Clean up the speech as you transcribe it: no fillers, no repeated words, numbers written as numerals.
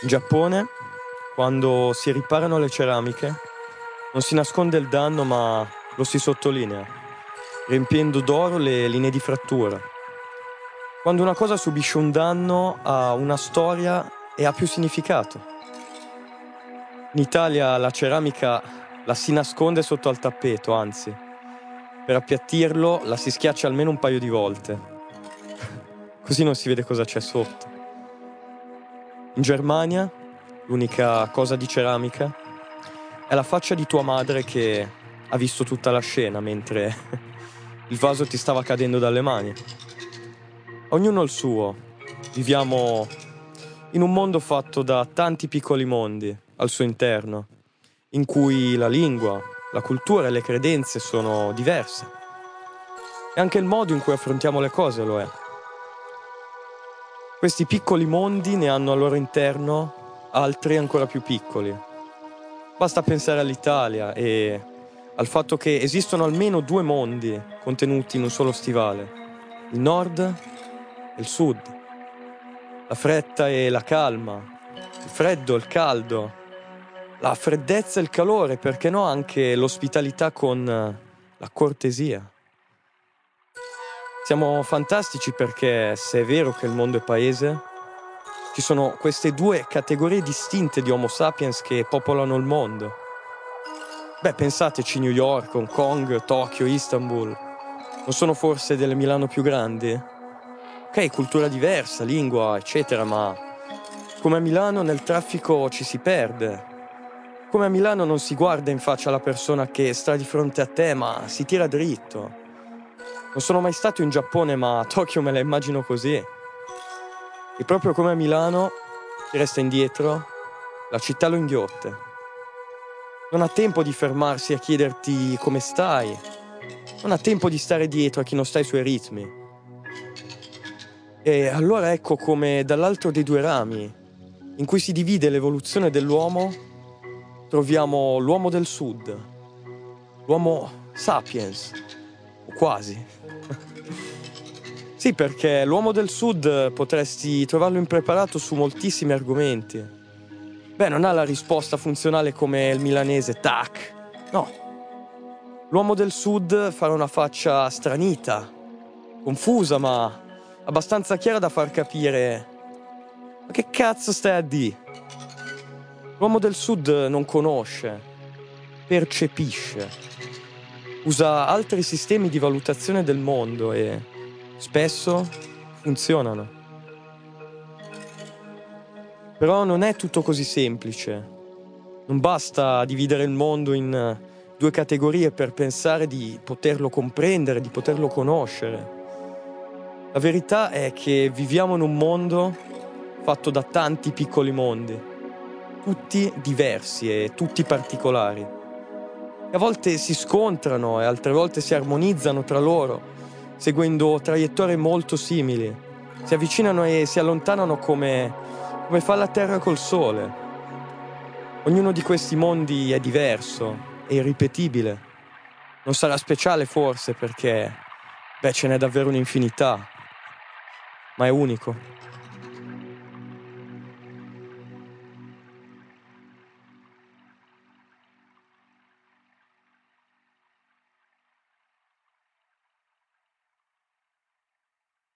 In Giappone, quando si riparano le ceramiche, non si nasconde il danno ma lo si sottolinea, riempiendo d'oro le linee di frattura. Quando una cosa subisce un danno ha una storia e ha più significato. In Italia la ceramica la si nasconde sotto al tappeto, anzi, per appiattirlo la si schiaccia almeno un paio di volte. Così non si vede cosa c'è sotto. In Germania, l'unica cosa di ceramica è la faccia di tua madre che ha visto tutta la scena mentre il vaso ti stava cadendo dalle mani. Ognuno il suo. Viviamo in un mondo fatto da tanti piccoli mondi al suo interno, in cui la lingua, la cultura e le credenze sono diverse. E anche il modo in cui affrontiamo le cose lo è. Questi piccoli mondi ne hanno al loro interno altri ancora più piccoli. Basta pensare all'Italia e al fatto che esistono almeno due mondi contenuti in un solo stivale, il nord e il sud, la fretta e la calma, il freddo e il caldo, la freddezza e il calore, perché no anche l'ospitalità con la cortesia. Siamo fantastici perché, se è vero che il mondo è paese, ci sono queste due categorie distinte di Homo sapiens che popolano il mondo. Beh, pensateci, New York, Hong Kong, Tokyo, Istanbul. Non sono forse delle Milano più grandi? Ok, cultura diversa, lingua, eccetera, ma come a Milano nel traffico ci si perde. Come a Milano non si guarda in faccia la persona che sta di fronte a te, ma si tira dritto. Non sono mai stato in Giappone, ma a Tokyo me la immagino così. E proprio come a Milano, chi resta indietro, la città lo inghiotte. Non ha tempo di fermarsi a chiederti come stai. Non ha tempo di stare dietro a chi non sta ai suoi ritmi. E allora ecco come dall'altro dei due rami, in cui si divide l'evoluzione dell'uomo, troviamo l'uomo del sud, l'uomo sapiens, o quasi. Sì, perché l'uomo del sud potresti trovarlo impreparato su moltissimi argomenti. Beh, non ha la risposta funzionale come il milanese, tac. No. L'uomo del sud farà una faccia stranita, confusa, ma abbastanza chiara da far capire: ma che cazzo stai a di? L'uomo del sud non conosce, percepisce, usa altri sistemi di valutazione del mondo e spesso funzionano. Però non è tutto così semplice. Non basta dividere il mondo in due categorie per pensare di poterlo comprendere, di poterlo conoscere. La verità è che viviamo in un mondo fatto da tanti piccoli mondi, tutti diversi e tutti particolari. E a volte si scontrano e altre volte si armonizzano tra loro, seguendo traiettorie molto simili. Si avvicinano e si allontanano come fa la Terra col Sole. Ognuno di questi mondi è diverso, è irripetibile. Non sarà speciale forse perché, ce n'è davvero un'infinità, ma è unico.